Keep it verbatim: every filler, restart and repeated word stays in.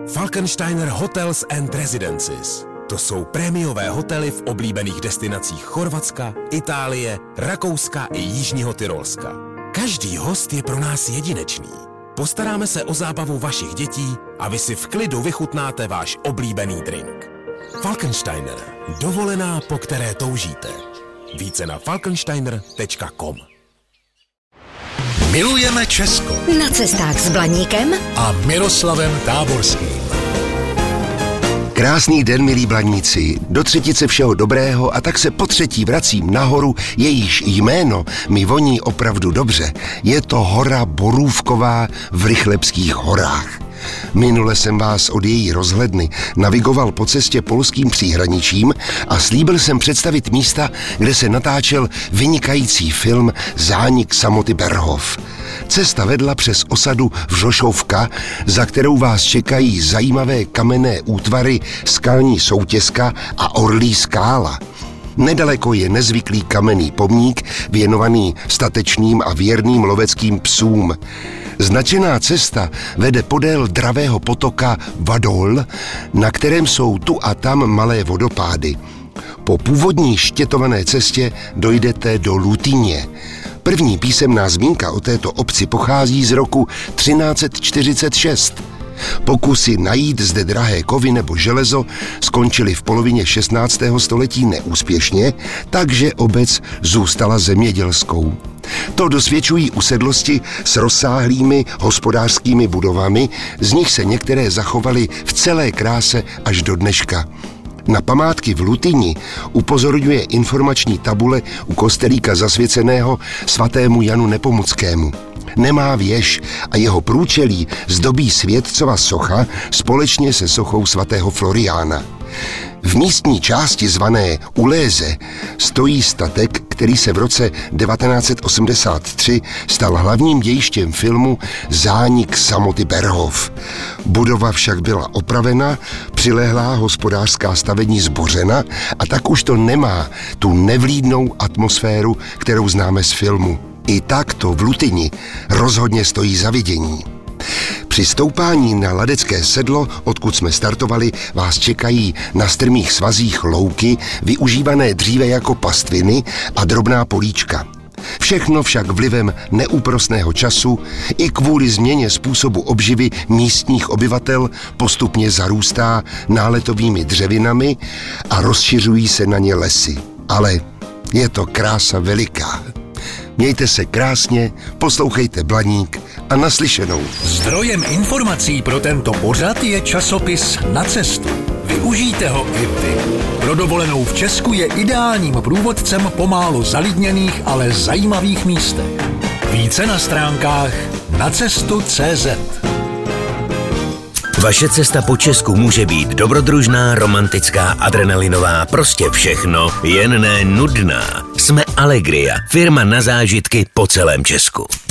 Falkensteiner Hotels and Residences. To jsou prémiové hotely v oblíbených destinacích Chorvatska, Itálie, Rakouska i Jižního Tyrolska. Každý host je pro nás jedinečný. Postaráme se o zábavu vašich dětí a vy si v klidu vychutnáte váš oblíbený drink. Falkensteiner. Dovolená, po které toužíte. Více na falkensteiner tečka com. Milujeme Česko. Na cestách s Blaníkem a Miroslavem Táborským. Krásný den, milí Blaníci. Do třetice všeho dobrého a tak se po třetí vracím nahoru, jejíž jméno mi voní opravdu dobře. Je to hora Borůvková v Rychlebských horách. Minule jsem vás od její rozhledny navigoval po cestě polským příhraničím a slíbil jsem představit místa, kde se natáčel vynikající film Zánik samoty Berhov. Cesta vedla přes osadu Vřošovka, za kterou vás čekají zajímavé kamenné útvary Skalní Soutězka a Orlí skála. Nedaleko je nezvyklý kamenný pomník věnovaný statečným a věrným loveckým psům. Značená cesta vede podél dravého potoka Vadol, na kterém jsou tu a tam malé vodopády. Po původní štětované cestě dojdete do Lutyně. První písemná zmínka o této obci pochází z roku třináct set čtyřicet šest. Pokusy najít zde drahé kovy nebo železo skončily v polovině šestnáctého století neúspěšně, takže obec zůstala zemědělskou. To dosvědčují usedlosti s rozsáhlými hospodářskými budovami, z nich se některé zachovaly v celé kráse až do dneška. Na památky v Lutyni upozorňuje informační tabule u kostelíka zasvěceného svatému Janu Nepomuckému. Nemá věž a jeho průčelí zdobí světcova socha společně se sochou svatého Floriána. V místní části zvané Uléze stojí statek, který se v roce devatenáct set osmdesát tři stal hlavním dějištěm filmu Zánik samoty Berhov. Budova však byla opravena, přilehlá hospodářská stavení zbořena a tak už to nemá tu nevlídnou atmosféru, kterou známe z filmu. I tak to v Lutyni rozhodně stojí za vidění. Při stoupání na Ladecké sedlo, odkud jsme startovali, vás čekají na strmých svazích louky, využívané dříve jako pastviny a drobná políčka. Všechno však vlivem neúprosného času i kvůli změně způsobu obživy místních obyvatel postupně zarůstá náletovými dřevinami a rozšiřují se na ně lesy. Ale je to krása veliká. Mějte se krásně, poslouchejte Blaník a naslyšenou. Zdrojem informací pro tento pořad je časopis Na cestu. Využijte ho i vy. Pro dovolenou v Česku je ideálním průvodcem po málo zalidněných, ale zajímavých místech. Více na stránkách na cestu tečka cé zet. Vaše cesta po Česku může být dobrodružná, romantická, adrenalinová, prostě všechno, jen ne nudná. Jsme Allegria, firma na zážitky po celém Česku.